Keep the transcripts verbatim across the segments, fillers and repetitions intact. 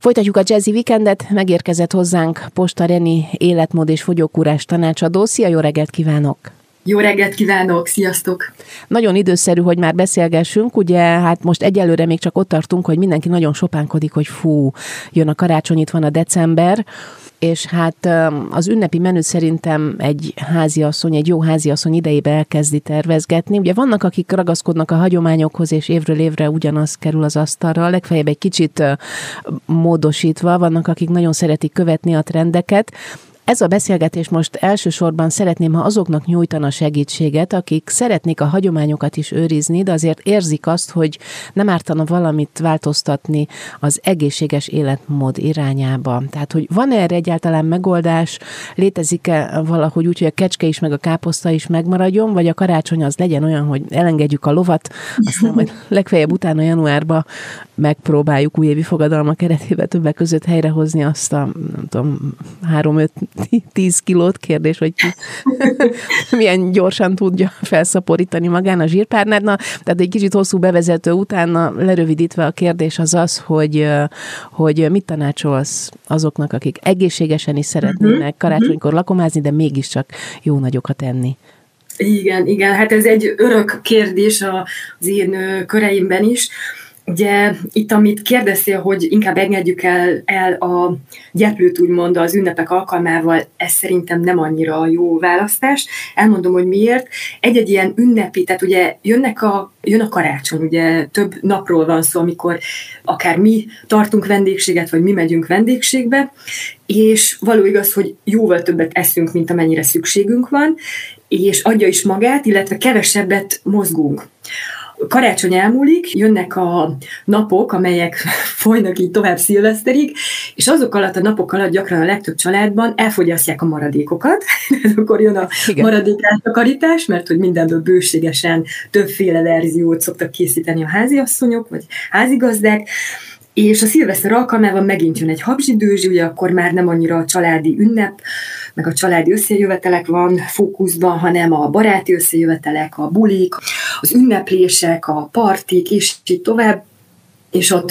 Folytatjuk a Jazzy Weekendet, megérkezett hozzánk Posta Reni életmód és fogyókúrás tanácsadó. Szia, jó reggelt kívánok! Jó reggelt kívánok, sziasztok! Nagyon időszerű, hogy már beszélgessünk, ugye hát most egyelőre még csak ott tartunk, hogy mindenki nagyon sopánkodik, hogy fú, jön a karácsony, itt van a december, és hát az ünnepi menüt szerintem egy háziasszony, egy jó háziasszony idejébe elkezdi tervezgetni. Ugye vannak, akik ragaszkodnak a hagyományokhoz, és évről évre ugyanaz kerül az asztalra, legfeljebb egy kicsit módosítva, vannak, akik nagyon szeretik követni a trendeket. Ez a beszélgetés most elsősorban szeretném, ha azoknak nyújtana segítséget, akik szeretnék a hagyományokat is őrizni, de azért érzik azt, hogy nem ártana valamit változtatni az egészséges életmód irányába. Tehát, hogy van erre egyáltalán megoldás, létezik-e valahogy úgy, hogy a kecske is, meg a káposzta is megmaradjon, vagy a karácsony az legyen olyan, hogy elengedjük a lovat, aztán majd legfeljebb utána januárban megpróbáljuk újévi fogadalmak keretében többek között helyrehozni azt a, nem tudom, három-öt tíz kilót, kérdés, hogy ki milyen gyorsan tudja felszaporítani magán a zsírpárnát. Na, tehát egy kicsit hosszú bevezető utána lerövidítve a kérdés az az, hogy, hogy mit tanácsolsz azoknak, akik egészségesen is szeretnének karácsonykor lakomázni, de mégiscsak jó nagyokat enni. Igen, igen, hát ez egy örök kérdés az én köreimben is. Ugye itt, amit kérdeztél, hogy inkább engedjük el, el a gyeplőt úgymond az ünnepek alkalmával, ez szerintem nem annyira jó választás. Elmondom, hogy miért. Egy-egy ilyen ünnepi, tehát ugye jönnek a, jön a karácsony, ugye több napról van szó, amikor akár mi tartunk vendégséget, vagy mi megyünk vendégségbe, és való igaz, hogy jóval többet eszünk, mint amennyire szükségünk van, és adja is magát, illetve kevesebbet mozgunk. Karácsony elmúlik, jönnek a napok, amelyek folynak így tovább szilveszterig, és azok alatt a napok alatt gyakran a legtöbb családban elfogyasztják a maradékokat, akkor jön a Igen. maradék áttakarítás, mert hogy mindenből bőségesen többféle verziót szoktak készíteni a háziasszonyok, vagy házigazdák, és a szilveszter alkalmával megint jön egy habzsidőzsi, ugye akkor már nem annyira a családi ünnep, meg a családi összejövetelek van fókuszban, hanem a baráti összejövetelek, a bulik, az ünneplések, a partik, és így tovább, és ott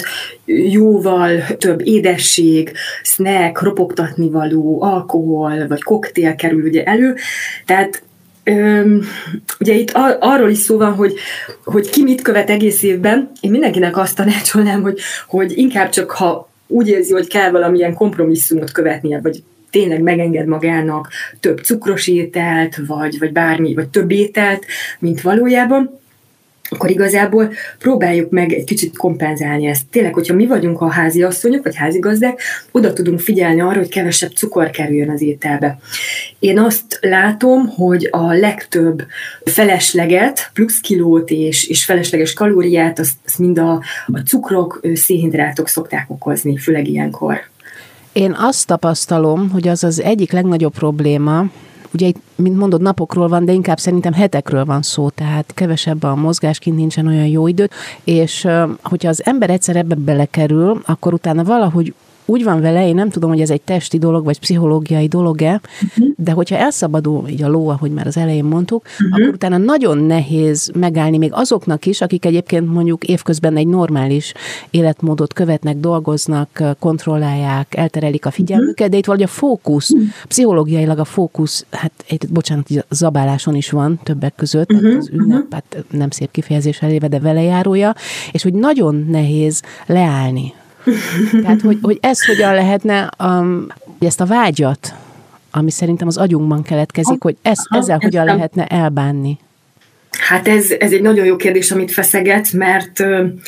jóval több édesség, snack, ropogtatnivaló, alkohol, vagy koktél kerül ugye elő, tehát Öm, ugye itt ar- arról is szó van, hogy, hogy ki mit követ egész évben. Én mindenkinek azt tanácsolnám, hogy, hogy inkább csak ha úgy érzi, hogy kell valamilyen kompromisszumot követnie, vagy tényleg megenged magának több cukros ételt, vagy, vagy bármi, vagy több ételt, mint valójában, akkor igazából próbáljuk meg egy kicsit kompenzálni ezt. Tényleg, hogyha mi vagyunk a háziasszonyok, vagy házigazdák, oda tudunk figyelni arra, hogy kevesebb cukor kerüljön az ételbe. Én azt látom, hogy a legtöbb felesleget, plusz kilót és, és felesleges kalóriát, azt, azt mind a, a cukrok, szénhidrátok szokták okozni, főleg ilyenkor. Én azt tapasztalom, hogy az az egyik legnagyobb probléma, ugye itt, mint mondod, napokról van, de inkább szerintem hetekről van szó, tehát kevesebb a mozgás, kint nincsen olyan jó idő, és hogyha az ember egyszer ebbe belekerül, akkor utána valahogy úgy van vele, én nem tudom, hogy ez egy testi dolog, vagy pszichológiai dolog-e, uh-huh. de hogyha elszabadul így a ló, ahogy már az elején mondtuk, uh-huh. akkor utána nagyon nehéz megállni még azoknak is, akik egyébként mondjuk évközben egy normális életmódot követnek, dolgoznak, kontrollálják, elterelik a figyelmüket, uh-huh. de itt valahogy a fókusz, uh-huh. pszichológiailag a fókusz, hát egy, bocsánat, zabáláson is van többek között, uh-huh. az ünnep, hát nem szép kifejezés eléve, de velejárója, és hogy nagyon nehéz leállni. Tehát, hogy, hogy ez hogyan lehetne, um, ezt a vágyat, ami szerintem az agyunkban keletkezik, hogy ez, ezzel hogyan lehetne elbánni? Hát ez, ez egy nagyon jó kérdés, amit feszeget, mert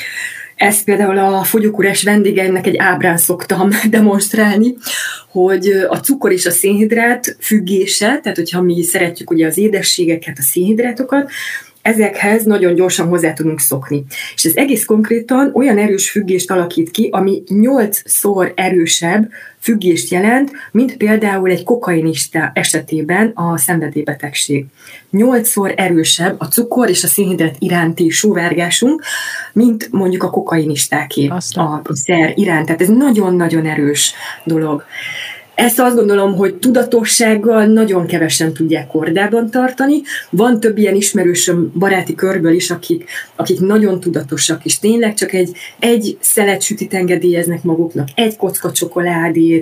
ezt például a fogyókúrás vendégeimnek egy ábrán szoktam demonstrálni, hogy a cukor és a szénhidrát függése, tehát hogyha mi szeretjük ugye az édességeket, a szénhidrátokat, ezekhez nagyon gyorsan hozzá tudunk szokni. És ez egész konkrétan olyan erős függést alakít ki, ami nyolcszor erősebb függést jelent, mint például egy kokainista esetében a szenvedélybetegség. Nyolcszor erősebb a cukor és a szénhidrát iránti sóvárgásunk, mint mondjuk a kokainistáké a, a szer iránt. Tehát ez nagyon-nagyon erős dolog. Ezt azt gondolom, hogy tudatossággal nagyon kevesen tudják kordában tartani. Van több ilyen ismerősöm baráti körből is, akik, akik nagyon tudatosak, és tényleg csak egy, egy szelet sütit engedélyeznek maguknak, egy kocka csokoládét,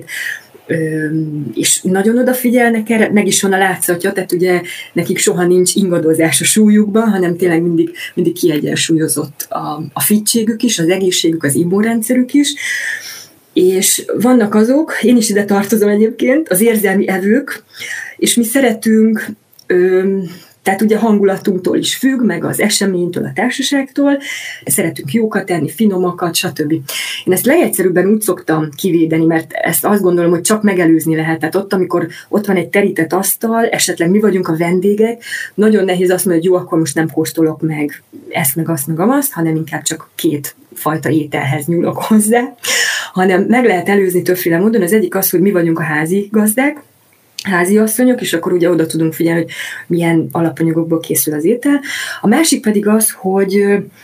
és nagyon odafigyelnek erre, meg is van a látszatja, tehát ugye nekik soha nincs ingadozás a súlyukban, hanem tényleg mindig, mindig kiegyensúlyozott a, a fittségük is, az egészségük, az immunrendszerük is. És vannak azok, én is ide tartozom egyébként, az érzelmi evők, és mi szeretünk, tehát ugye a hangulatunktól is függ, meg az eseménytől, a társaságtól, szeretünk jókat tenni, finomakat, stb. Én ezt legegyszerűbben úgy szoktam kivédeni, mert ezt azt gondolom, hogy csak megelőzni lehet. Tehát ott, amikor ott van egy terített asztal, esetleg mi vagyunk a vendégek, nagyon nehéz azt mondani, hogy jó, akkor most nem kóstolok meg ezt, meg azt, meg azt, hanem inkább csak két fajta ételhez nyúlok hozzá, hanem meg lehet előzni többféle módon. Az egyik az, hogy mi vagyunk a házi gazdák, házi asszonyok, és akkor ugye oda tudunk figyelni, hogy milyen alapanyagokból készül az étel. A másik pedig az, hogy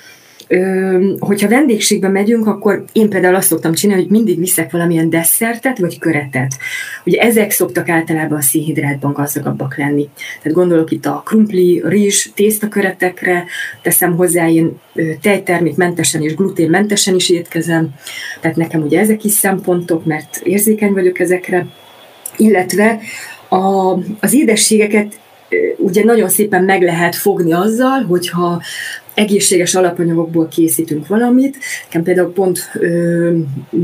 ö, hogyha vendégségbe megyünk, akkor én például azt szoktam csinálni, hogy mindig viszek valamilyen desszertet, vagy köretet. Ugye ezek szoktak általában a szénhidrátban gazdagabbak lenni. Tehát gondolok itt a krumpli, rizs, tésztaköretekre, teszem hozzá én tejtermékmentesen és gluténmentesen is étkezem. Tehát nekem ugye ezek is szempontok, mert érzékeny vagyok ezekre. Illetve a, az édességeket ugye nagyon szépen meg lehet fogni azzal, hogyha egészséges alapanyagokból készítünk valamit. Nekem például pont ö,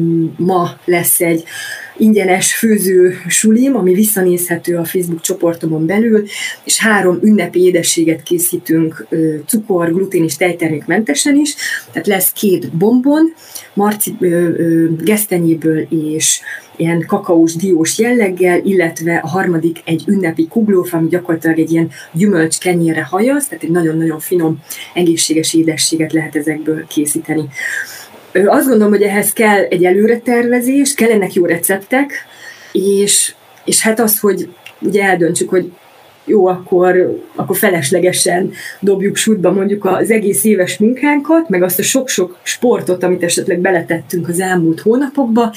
ma lesz egy ingyenes főző sulim, ami visszanézhető a Facebook csoportomon belül, és három ünnepi édességet készítünk ö, cukor, glutén és tejtermékmentesen is. Tehát lesz két bombon, marci, ö, ö, gesztenyéből és ilyen kakaós, diós jelleggel, illetve a harmadik egy ünnepi kuglófa, ami gyakorlatilag egy ilyen gyümölcs kenyérre hajaz, tehát egy nagyon-nagyon finom, egészséges édességet lehet ezekből készíteni. Azt gondolom, hogy ehhez kell egy előretervezés, kellenek jó receptek, és, és hát az, hogy ugye eldöntsük, hogy jó, akkor, akkor feleslegesen dobjuk sútba mondjuk az egész éves munkánkat, meg azt a sok-sok sportot, amit esetleg beletettünk az elmúlt hónapokba.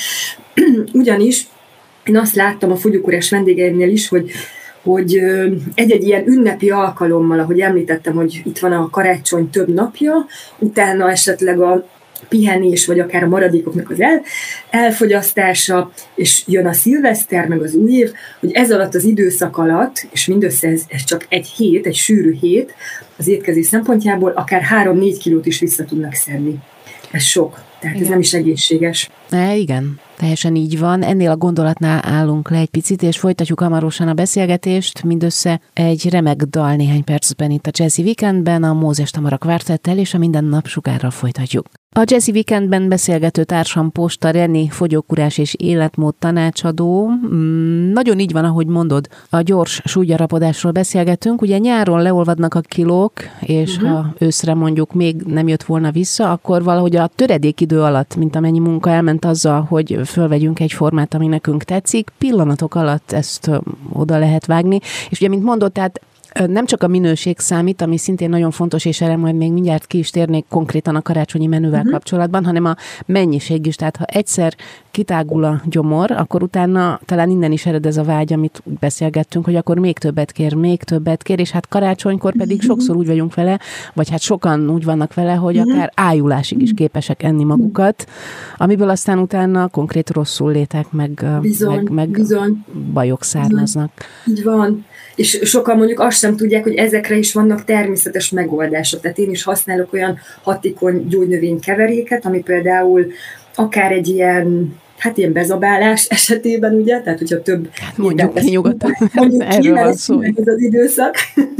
Ugyanis én azt láttam a fogyókúrás vendégeimnél is, hogy hogy egy-egy ilyen ünnepi alkalommal, ahogy említettem, hogy itt van a karácsony több napja, utána esetleg a pihenés, vagy akár a maradékoknak az el, elfogyasztása, és jön a szilveszter, meg az új év, hogy ez alatt az időszak alatt, és mindössze ez, ez csak egy hét, egy sűrű hét, az étkezés szempontjából akár három-négy kilót is vissza tudnak szedni. Ez sok, tehát igen. Ez nem is egészséges. E, igen. Teljesen így van. Ennél a gondolatnál állunk le egy picit, és folytatjuk hamarosan a beszélgetést, mindössze egy remek dal néhány percben itt a Jazzy Weekendben, a Mózes Tamara Kvartettel, és a Minden Nap Sugárral folytatjuk. A Jazzy Weekendben beszélgető társam Posta René, fogyókúrás és életmód tanácsadó. Mm, nagyon így van, ahogy mondod, a gyors súlygyarapodásról beszélgetünk. Ugye nyáron leolvadnak a kilók, és uh-huh. ha őszre mondjuk még nem jött volna vissza, akkor valahogy a töredékidő alatt, mint amennyi munka elment azzal, hogy fölvegyünk egy formát, ami nekünk tetszik, pillanatok alatt ezt oda lehet vágni. És ugye, mint mondod, tehát nem csak a minőség számít, ami szintén nagyon fontos, és erre majd még mindjárt ki is térnék konkrétan a karácsonyi menüvel uh-huh. kapcsolatban, hanem a mennyiség is. Tehát ha egyszer kitágul a gyomor, akkor utána talán innen is ered ez a vágy, amit beszélgettünk, hogy akkor még többet kér, még többet kér, és hát karácsonykor pedig uh-huh. sokszor úgy vagyunk vele, vagy hát sokan úgy vannak vele, hogy uh-huh. akár ájulásig is képesek enni magukat, amiből aztán utána konkrét rosszul létek, meg, bizony, meg, meg bizony. bajok származnak. Bizony. Így van. És sokan mondjuk azt sem tudják, hogy ezekre is vannak természetes megoldások. Tehát én is használok olyan hatékony gyógynövénykeveréket, ami például akár egy ilyen, hát ilyen bezabálás esetében, ugye, tehát hogyha több... Hát mondjuk ki nyugodtan, mondjuk erről ki, van szó. Ez az időszak.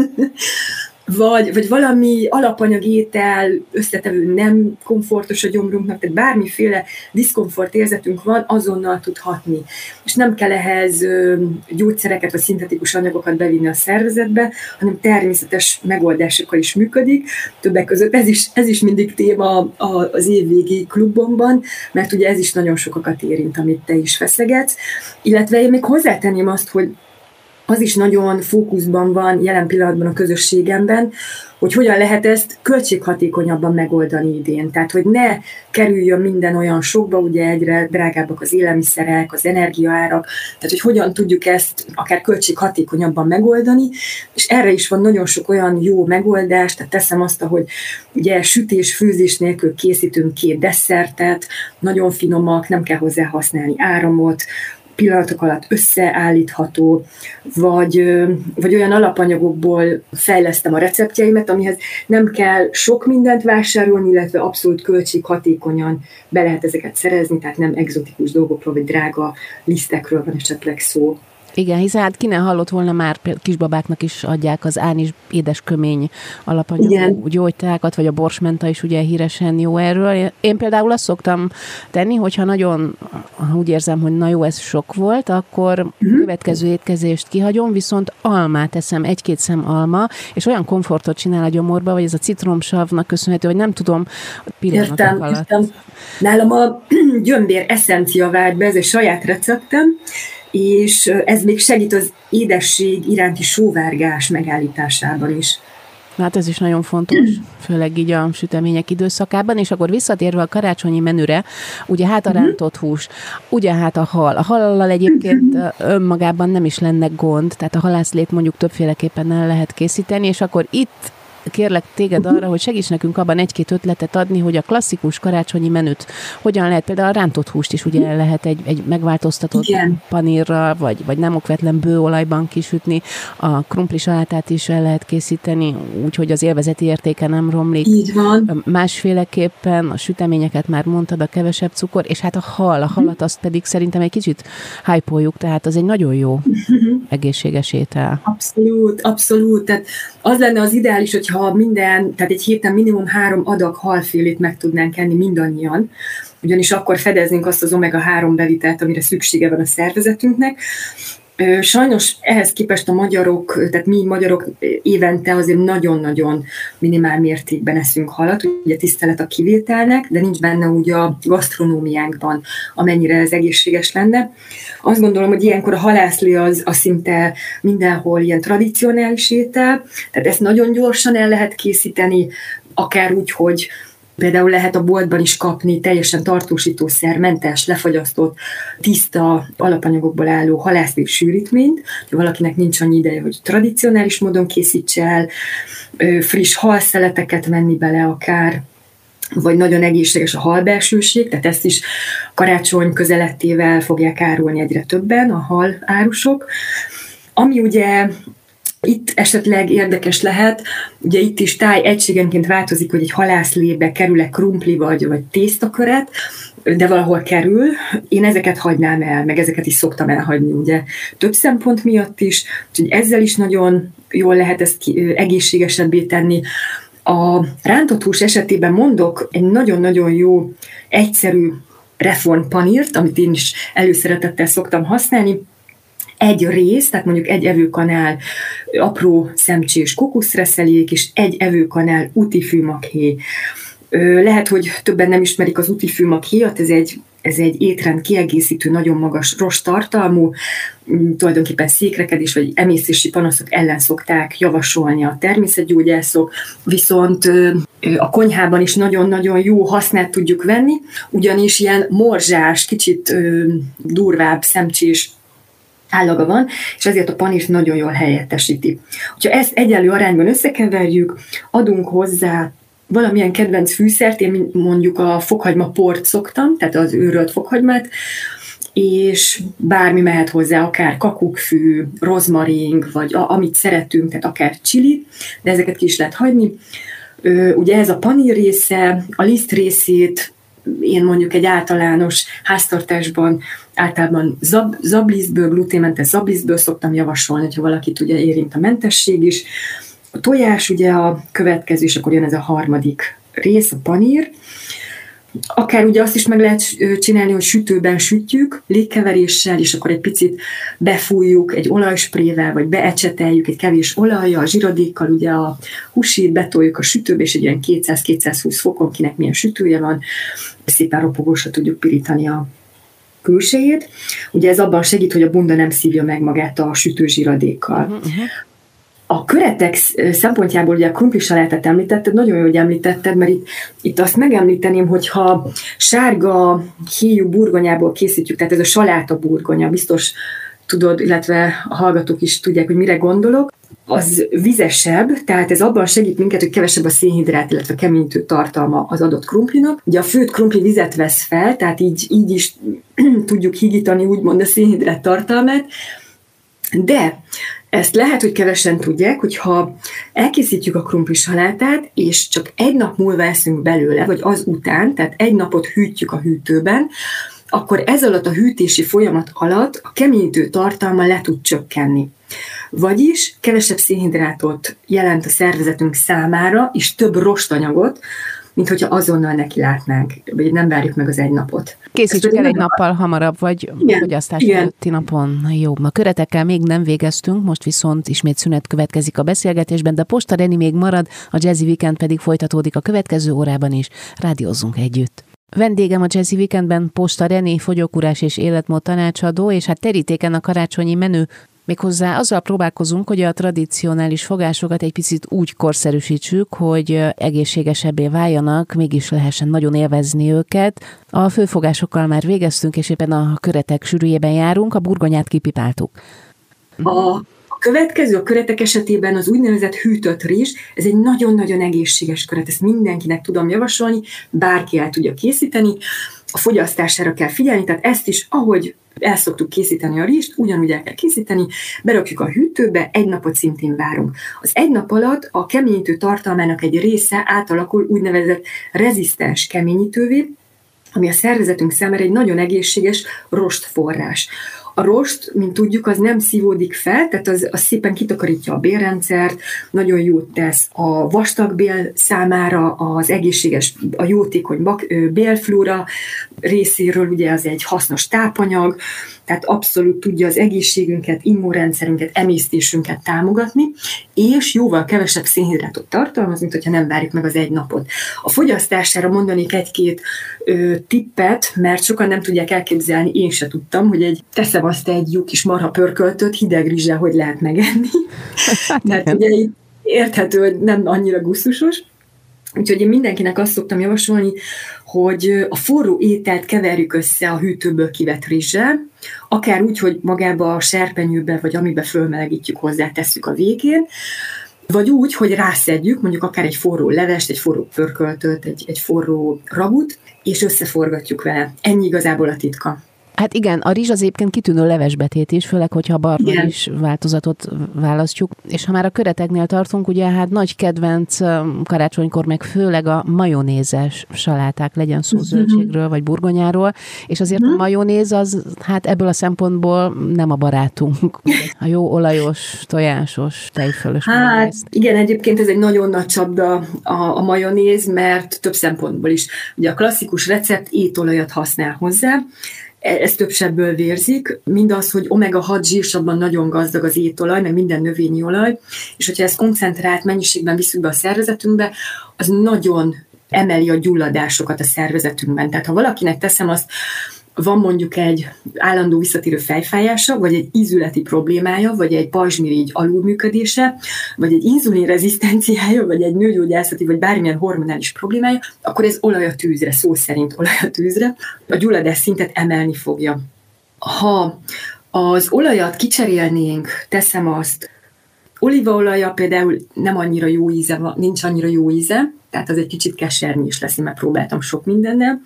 Vagy, vagy valami alapanyag étel, összetevő nem komfortos a gyomrunknak, tehát bármiféle diszkomfort érzetünk van, azonnal tud hatni. És nem kell ehhez ö, gyógyszereket vagy szintetikus anyagokat bevinni a szervezetbe, hanem természetes megoldásokkal is működik. Többek között ez is, ez is mindig téma az évvégi klubomban, mert ugye ez is nagyon sokakat érint, amit te is feszegetsz. Illetve én még hozzátenném azt, hogy az is nagyon fókuszban van jelen pillanatban a közösségemben, hogy hogyan lehet ezt költséghatékonyabban megoldani idén. Tehát, hogy ne kerüljön minden olyan sokba, ugye egyre drágábbak az élelmiszerek, az energiaárak, tehát, hogy hogyan tudjuk ezt akár költséghatékonyabban megoldani, és erre is van nagyon sok olyan jó megoldás, tehát teszem azt, hogy ugye sütés, főzés nélkül készítünk két desszertet, nagyon finomak, nem kell hozzá használni áramot, pillanatok alatt összeállítható, vagy, vagy olyan alapanyagokból fejlesztem a receptjeimet, amihez nem kell sok mindent vásárolni, illetve abszolút költséghatékonyan be lehet ezeket szerezni, tehát nem egzotikus dolgokról, vagy drága lisztekről van esetleg szó. Igen, hiszen hát ki ne hallott volna, már kisbabáknak is adják az ánis édeskömény alapanyagú gyógyteákat, vagy a borsmenta is ugye híresen jó erről. Én például azt szoktam tenni, hogyha nagyon úgy érzem, hogy na jó, ez sok volt, akkor uh-huh. következő étkezést kihagyom, viszont almát eszem, egy-két szem alma, és olyan komfortot csinál a gyomorba, vagy ez a citromsavnak köszönhető, hogy nem tudom pillanatok értem, alatt. Értem. Nálam a gyömbér eszencia vált be, ez egy saját receptem, és ez még segít az édesség iránti sóvárgás megállításában is. Hát ez is nagyon fontos, főleg így a sütemények időszakában, és akkor visszatérve a karácsonyi menüre, ugye hát a rántott hús, ugye hát a hal. A hallal egyébként önmagában nem is lenne gond, tehát a halászlét mondjuk többféleképpen el lehet készíteni, és akkor itt kérlek téged arra, hogy segíts nekünk abban egy-két ötletet adni, hogy a klasszikus karácsonyi menüt hogyan lehet, például a rántott húst is ugye el lehet egy, egy megváltoztatott Igen. panírral, vagy, vagy nem okvetlen bőolajban kisütni, a krumpli salátát is el lehet készíteni, úgyhogy az élvezeti értéke nem romlik. Így van. Másféleképpen a süteményeket már mondtad, a kevesebb cukor, és hát a hal, a halat azt pedig szerintem egy kicsit hype-oljuk, tehát az egy nagyon jó egészséges étel. Abszolút, abszolút. Tehát az lenne az ideális, hogy ha minden, tehát egy héten minimum három adag halfélét meg tudnánk enni mindannyian, ugyanis akkor fedeznénk azt az omega három bevitelt, amire szüksége van a szervezetünknek. Sajnos ehhez képest a magyarok, tehát mi magyarok évente azért nagyon-nagyon minimál mértékben eszünk halat, ugye tisztelet a kivételnek, de nincs benne úgy a gasztronómiánkban, amennyire ez egészséges lenne. Azt gondolom, hogy ilyenkor a halászlé az, az szinte mindenhol ilyen tradicionális étel, tehát ezt nagyon gyorsan el lehet készíteni, akár úgy, hogy például lehet a boltban is kapni teljesen tartósítószermentes, lefagyasztott, tiszta alapanyagokból álló halászlé sűrítményt, ha valakinek nincs annyi ideje, hogy tradicionális módon készítse el, friss halszeleteket venni bele akár, vagy nagyon egészséges a halbelsőség, tehát ezt is karácsony közelettével fogják árulni egyre többen a hal árusok. Ami ugye itt esetleg érdekes lehet, ugye itt is táj egységenként változik, hogy egy halászlébe kerül-e krumpli vagy, vagy tésztaköret, de valahol kerül. Én ezeket hagynám el, meg ezeket is szoktam elhagyni, ugye több szempont miatt is, úgyhogy ezzel is nagyon jól lehet ezt egészségesebbé tenni. A rántott hús esetében mondok egy nagyon-nagyon jó, egyszerű reformpanírt, amit én is előszeretettel szoktam használni. Egy rész, tehát mondjuk egy evőkanál apró szemcsés kokuszreszelék, és egy evőkanál utifűmakhéj. Lehet, hogy többen nem ismerik az utifűmakhéjat, ez egy, ez egy étrend kiegészítő, nagyon magas rosttartalmú, tulajdonképpen székrekedés vagy emésztési panaszok ellen szokták javasolni a természetgyógyászok, viszont a konyhában is nagyon-nagyon jó hasznát tudjuk venni, ugyanis ilyen morzsás, kicsit durvább szemcsés állaga van, és ezért a panírt nagyon jól helyettesíti. Ha ezt egyenlő arányban összekeverjük, adunk hozzá valamilyen kedvenc fűszert, én mondjuk a fokhagyma port szoktam, tehát az őrölt fokhagymát, és bármi mehet hozzá, akár kakukkfű, rozmaring, vagy a, amit szeretünk, tehát akár chili, de ezeket ki is lehet hagyni. Ugye ez a panír része, a liszt részét én mondjuk egy általános háztartásban általában zab, zablisztből, gluténmentes zablisztből szoktam javasolni, hogyha valakit ugye érint a mentesség is. A tojás ugye a következő, és akkor jön ez a harmadik rész, a panír. Akár ugye azt is meg lehet csinálni, hogy sütőben sütjük, légkeveréssel, és akkor egy picit befújjuk egy olajsprével, vagy beecseteljük egy kevés olajjal, zsiradékkal, ugye a húsit betoljuk a sütőbe, és egy ilyen kétszáz-kétszázhúsz fokon, kinek milyen sütője van, szépen ropogósra tudjuk pirítani a külsejét. Ugye ez abban segít, hogy a bunda nem szívja meg magát a sütőzsíradékkal. Uh-huh. A köretek szempontjából ugye a krumplisalátát említetted, nagyon jó, hogy említetted, mert itt, itt azt megemlíteném, hogyha sárga héjú burgonyából készítjük, tehát ez a saláta burgonya, biztos tudod, illetve a hallgatók is tudják, hogy mire gondolok, az vizesebb, tehát ez abban segít minket, hogy kevesebb a szénhidrát, illetve a keményítő tartalma az adott krumplinak. Ugye a főtt krumpli vizet vesz fel, tehát így, így is tudjuk higítani úgymond a szénhidrát tartalmát, de ezt lehet, hogy kevesen tudják, hogyha elkészítjük a krumplisalátát, és csak egy nap múlva eszünk belőle, vagy az után, tehát egy napot hűtjük a hűtőben, akkor ez alatt a hűtési folyamat alatt a keményítő tartalma le tud csökkenni. Vagyis kevesebb szénhidrátot jelent a szervezetünk számára, és több rostanyagot, mint hogyha azonnal neki látnánk, vagy nem várjuk meg az egy napot. Készítsük el egy nappal hamarabb, vagy fogyasztás előtti napon. Jó, a köretekkel még nem végeztünk, most viszont ismét szünet következik a beszélgetésben, de Posta Reni még marad, a Jazzy Weekend pedig folytatódik a következő órában is. Rádiózzunk együtt. Vendégem a Jazzy Weekendben Posta Reni, fogyókúrás és életmód tanácsadó, és hát terítéken a karácsonyi menü. Méghozzá azzal próbálkozunk, hogy a tradicionális fogásokat egy picit úgy korszerűsítsük, hogy egészségesebbé váljanak, mégis lehessen nagyon élvezni őket. A főfogásokkal már végeztünk, és éppen a köretek sűrűjében járunk, a burgonyát kipipáltuk. A következő a köretek esetében az úgynevezett hűtött rizs, ez egy nagyon-nagyon egészséges köret, ezt mindenkinek tudom javasolni, bárki el tudja készíteni, a fogyasztására kell figyelni, tehát ezt is, ahogy el szoktuk készíteni a rizst, ugyanúgy el kell készíteni, berakjuk a hűtőbe, egy napot szintén várunk. Az egy nap alatt a keményítő tartalmának egy része átalakul úgynevezett rezisztens keményítővé, ami a szervezetünk számára egy nagyon egészséges rostforrás. A rost, mint tudjuk, az nem szívódik fel, tehát az, az szépen kitakarítja a bélrendszert, nagyon jót tesz a vastag bél számára, az egészséges, a jótékony bak, bélflóra részéről, ugye az egy hasznos tápanyag, tehát abszolút tudja az egészségünket, immunrendszerünket, emésztésünket támogatni, és jóval kevesebb szénhidrátot tartalmaz, mint hogyha nem várjuk meg az egy napot. A fogyasztására mondanék egy-két ö, tippet, mert sokan nem tudják elképzelni, én se tudtam, hogy egy, teszem azt egy jó kis marha pörköltöt hideg rizssel hogy lehet megenni. Mert ugye így érthető, hogy nem annyira gusztusos. Úgyhogy én mindenkinek azt szoktam javasolni, hogy a forró ételt keverjük össze a hűtőből kivett rizssel, akár úgy, hogy magába a serpenyőbe, vagy amiben fölmelegítjük hozzá, tesszük a végén, vagy úgy, hogy rászedjük, mondjuk akár egy forró levest, egy forró pörköltöt, egy, egy forró rabut, és összeforgatjuk vele. Ennyi igazából a titka. Hát igen, a rizs az egyébként kitűnő levesbetét is, főleg, hogyha a barna rizs változatot választjuk. És ha már a köreteknél tartunk, ugye hát nagy kedvenc karácsonykor meg főleg a majonézes saláták, legyen szó zöldségről vagy burgonyáról, és azért a majonéz az hát ebből a szempontból nem a barátunk. A jó olajos, tojásos, tejfölös hát, majonéz. Igen, egyébként ez egy nagyon nagy csapda a, a majonéz, mert több szempontból is. Ugye a klasszikus recept étolajat használ hozzá, ez több sebből vérzik, mindaz, hogy omega hat zsírsavban nagyon gazdag az étolaj, meg minden növényi olaj, és hogyha ezt koncentrált mennyiségben visszük be a szervezetünkbe, az nagyon emeli a gyulladásokat a szervezetünkben. Tehát ha valakinek teszem azt, van mondjuk egy állandó visszatérő fejfájása, vagy egy ízületi problémája, vagy egy pajzsmirigy alulműködése, vagy egy inzulinrezisztenciája, vagy egy nőgyógyászati, vagy bármilyen hormonális problémája, akkor ez olaj a tűzre, szó szerint olaj a tűzre, a gyulladás szintet emelni fogja. Ha az olajat kicserélnénk, teszem azt, olívaolaja például nem annyira jó íze van, nincs annyira jó íze, tehát az egy kicsit kesernyű is lesz, én már próbáltam sok mindennel.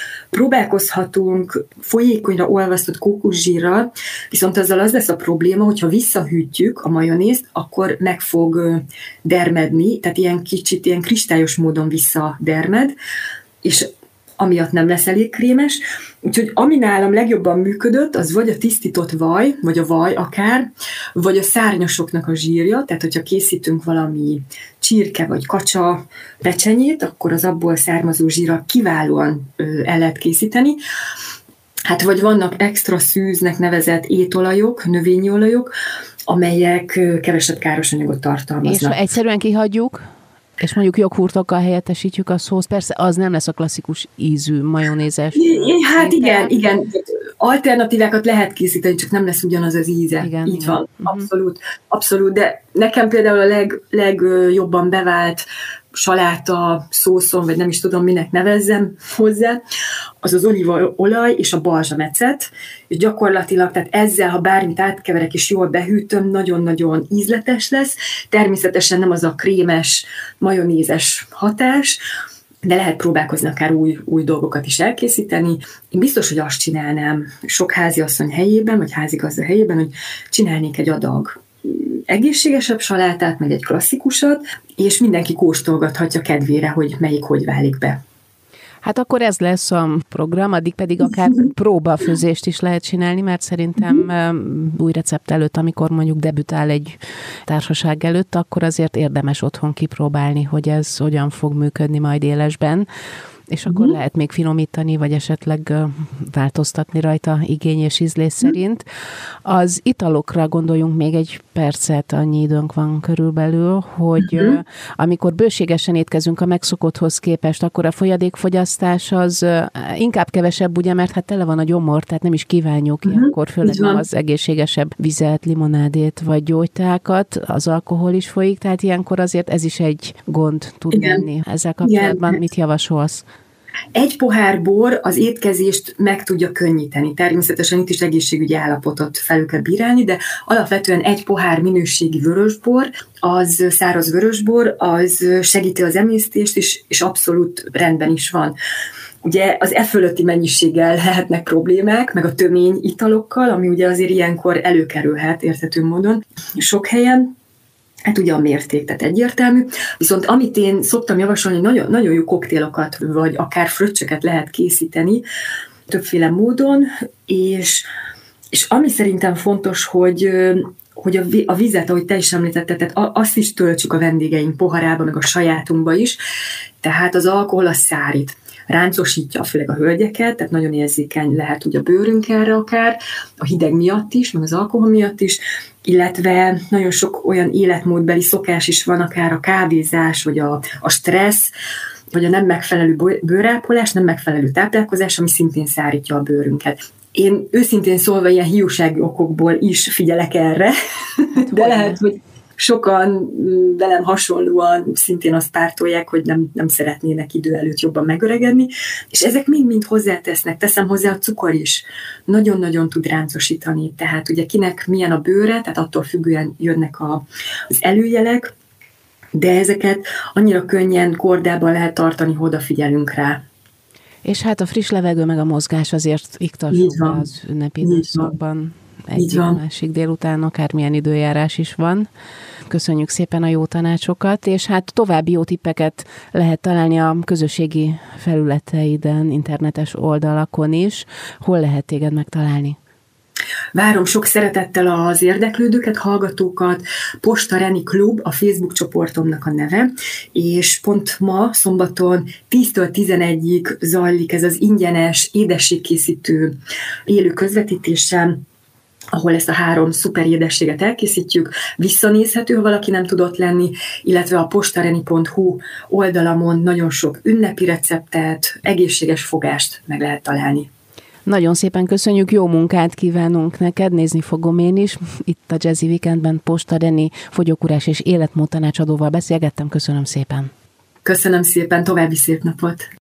Próbálkozhatunk folyékonyra olvasztott kókuszsírral, viszont azzal az lesz a probléma, hogyha visszahűtjük a majonézt, akkor meg fog dermedni, tehát ilyen kicsit ilyen kristályos módon visszadermed, és amiatt nem lesz elég krémes. Úgyhogy ami nálam legjobban működött, az vagy a tisztított vaj, vagy a vaj akár, vagy a szárnyasoknak a zsírja, tehát hogyha készítünk valami csirke vagy kacsa pecsenyét, akkor az abból származó zsírra kiválóan el lehet készíteni. Hát vagy vannak extra szűznek nevezett étolajok, növényi olajok, amelyek kevesebb káros anyagot tartalmaznak. És ha egyszerűen kihagyjuk, és mondjuk joghurtokkal helyettesítjük a szószt, persze az nem lesz a klasszikus ízű majonézes. Hát igen, igen. alternatívákat lehet készíteni, csak nem lesz ugyanaz az íze. Igen, Így igen. van, abszolút, abszolút, de nekem például a leg, legjobban bevált saláta, szószom, vagy nem is tudom, minek nevezzem hozzá, az az olívaolaj és a balzsamecet, és gyakorlatilag, tehát ezzel, ha bármit átkeverek és jól behűtöm, nagyon-nagyon ízletes lesz. Természetesen nem az a krémes, majonézes hatás, de lehet próbálkozni akár új, új dolgokat is elkészíteni. Én biztos, hogy azt csinálnám sok háziasszony helyében, vagy házigazda helyében, hogy csinálnék egy adag egészségesebb salátát, meg egy klasszikusat, és mindenki kóstolgathatja kedvére, hogy melyik hogy válik be. Hát akkor ez lesz a program, addig pedig akár próbafőzést is lehet csinálni, mert szerintem új recept előtt, amikor mondjuk debütál egy társaság előtt, akkor azért érdemes otthon kipróbálni, hogy ez hogyan fog működni majd élesben, és akkor mm. lehet még finomítani, vagy esetleg változtatni rajta igény és ízlés szerint. Az italokra gondoljunk még egy percet, annyi időnk van körülbelül, hogy mm. amikor bőségesen étkezünk a megszokotthoz képest, akkor a folyadékfogyasztás az inkább kevesebb, ugye, mert hát tele van a gyomor, tehát nem is kívánjuk mm. ilyenkor, főleg az egészségesebb vizet, limonádét vagy gyógytákat, az alkohol is folyik, tehát ilyenkor azért ez is egy gond tud Igen. lenni. Ezzel kapcsolatban Igen. mit javasolsz? Egy pohár bor az étkezést meg tudja könnyíteni. Természetesen itt is egészségügyi állapotot felül kell bírálni, de alapvetően egy pohár minőségi vörösbor, az száraz vörösbor, az segíti az emésztést, és, és abszolút rendben is van. Ugye az e fölötti mennyiséggel lehetnek problémák, meg a tömény italokkal, ami ugye azért ilyenkor előkerülhet érthető módon sok helyen. Hát ugye a mérték, tehát egyértelmű. Viszont amit én szoktam javasolni, nagyon, nagyon jó koktélokat, vagy akár fröccsöket lehet készíteni többféle módon, és, és ami szerintem fontos, hogy, hogy a vizet, ahogy te is említetted, tehát azt is töltsük a vendégeink poharába, meg a sajátunkba is, tehát az alkohol az szárít. Ráncosítja főleg a hölgyeket, tehát nagyon érzékeny lehet ugye a bőrünk erre akár, a hideg miatt is, meg az alkohol miatt is, illetve nagyon sok olyan életmódbeli szokás is van, akár a kávézás, vagy a, a stressz, vagy a nem megfelelő bőrápolás, nem megfelelő táplálkozás, ami szintén szárítja a bőrünket. Én őszintén szólva ilyen hiúsági okokból is figyelek erre, hát, de lehet, hogy sokan velem hasonlóan szintén azt pártolják, hogy nem, nem szeretnének idő előtt jobban megöregedni, és ezek mind-mind hozzátesznek. Teszem hozzá a cukor is. Nagyon-nagyon tud ráncosítani. Tehát ugye kinek milyen a bőre, tehát attól függően jönnek a, az előjelek, de ezeket annyira könnyen kordában lehet tartani, ha odafigyelünk rá. És hát a friss levegő meg a mozgás azért iktassuk az ünnepi időszakban. Egyik másik délután, akármilyen időjárás is van. Köszönjük szépen a jó tanácsokat, és hát további jó tippeket lehet találni a közösségi felületeiden, internetes oldalakon is. Hol lehet téged megtalálni? Várom sok szeretettel az érdeklődőket, hallgatókat, Posta Reni Klub, a Facebook csoportomnak a neve, és pont ma, szombaton tíztől tizenegyig zajlik ez az ingyenes édességkészítő élő közvetítésem, ahol ezt a három szuper édességet elkészítjük, visszanézhető, ha valaki nem tudott lenni, illetve a postareni pont hu oldalamon nagyon sok ünnepi receptet, egészséges fogást meg lehet találni. Nagyon szépen köszönjük, jó munkát kívánunk neked, nézni fogom én is. Itt a Jazzy Weekendben Posta Reni fogyókúrás és életmód tanácsadóval beszélgettem, köszönöm szépen. Köszönöm szépen, további szép napot!